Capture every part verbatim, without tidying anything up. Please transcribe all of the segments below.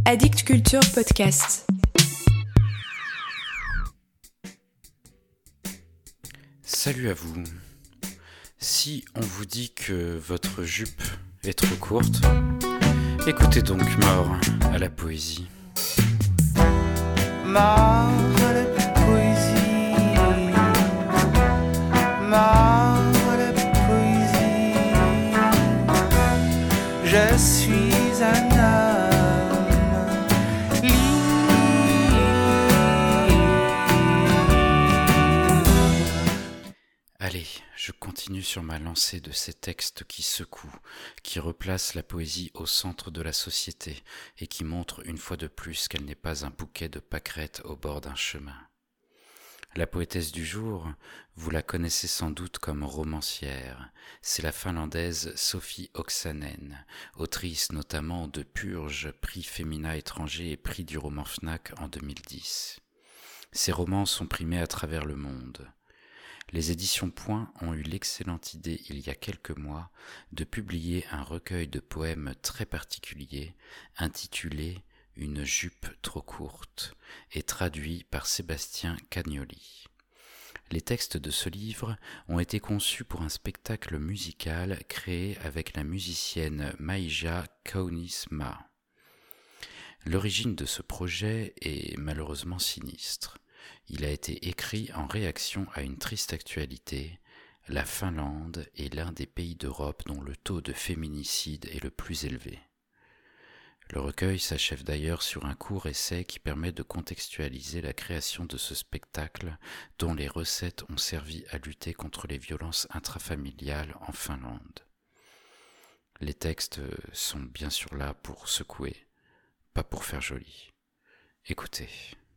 Addict Culture Podcast. Salut à vous. Si on vous dit que votre jupe est trop courte, écoutez donc Mort à la poésie. Mort à la poésie, mort à la poésie. Je suis un homme libre. Allez, je continue sur ma lancée de ces textes qui secouent, qui replacent la poésie au centre de la société et qui montrent une fois de plus qu'elle n'est pas un bouquet de pâquerettes au bord d'un chemin. La poétesse du jour, vous la connaissez sans doute comme romancière, c'est la finlandaise Sophie Oksanen, autrice notamment de Purge, prix Féminin étranger et prix du roman Fnac en deux mille dix. Ses romans sont primés à travers le monde. Les éditions Point ont eu l'excellente idée il y a quelques mois de publier un recueil de poèmes très particulier intitulé « Une jupe trop courte » et traduit par Sébastien Cagnoli. Les textes de ce livre ont été conçus pour un spectacle musical créé avec la musicienne Maïja Kaunismaa. L'origine de ce projet est malheureusement sinistre. Il a été écrit en réaction à une triste actualité. La Finlande est l'un des pays d'Europe dont le taux de féminicide est le plus élevé. Le recueil s'achève d'ailleurs sur un court essai qui permet de contextualiser la création de ce spectacle dont les recettes ont servi à lutter contre les violences intrafamiliales en Finlande. Les textes sont bien sûr là pour secouer, pas pour faire joli. Écoutez.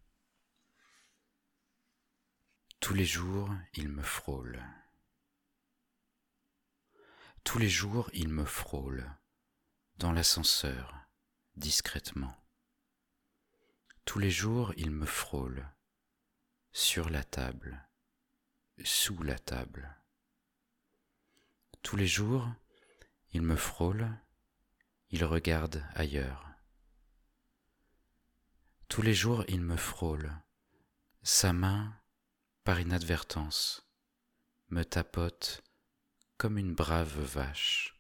Tous les jours, il me frôle. Tous les jours, il me frôle, dans l'ascenseur, discrètement. Tous les jours, il me frôle, sur la table, sous la table. Tous les jours, il me frôle, il regarde ailleurs. Tous les jours, il me frôle, sa main, par inadvertance, me tapote comme une brave vache.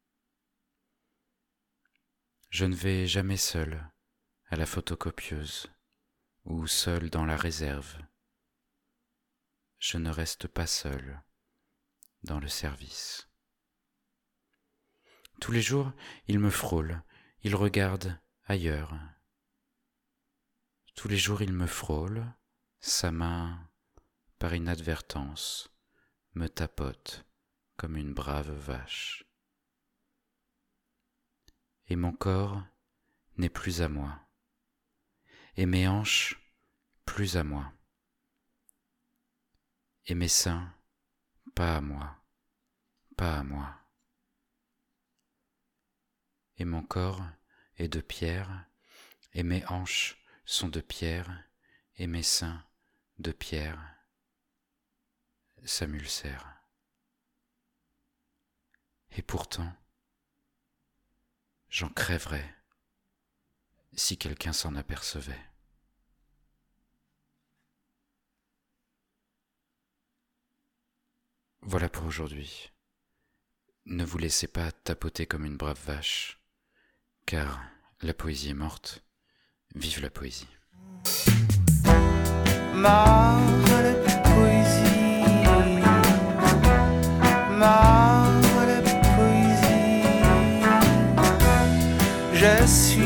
Je ne vais jamais seul à la photocopieuse ou seul dans la réserve. Je ne reste pas seul dans le service. Tous les jours, il me frôle, il regarde ailleurs. Tous les jours, il me frôle, sa main, par inadvertance, me tapote comme une brave vache. Et mon corps n'est plus à moi, et mes hanches plus à moi, et mes seins pas à moi, pas à moi. Et mon corps est de pierre, et mes hanches sont de pierre, et mes seins de pierre. Ça m'ulcère. Et pourtant, j'en crèverais si quelqu'un s'en apercevait. Voilà pour aujourd'hui. Ne vous laissez pas tapoter comme une brave vache, car la poésie est morte. Vive la poésie. Mort à la poésie, mort à la poésie. Je suis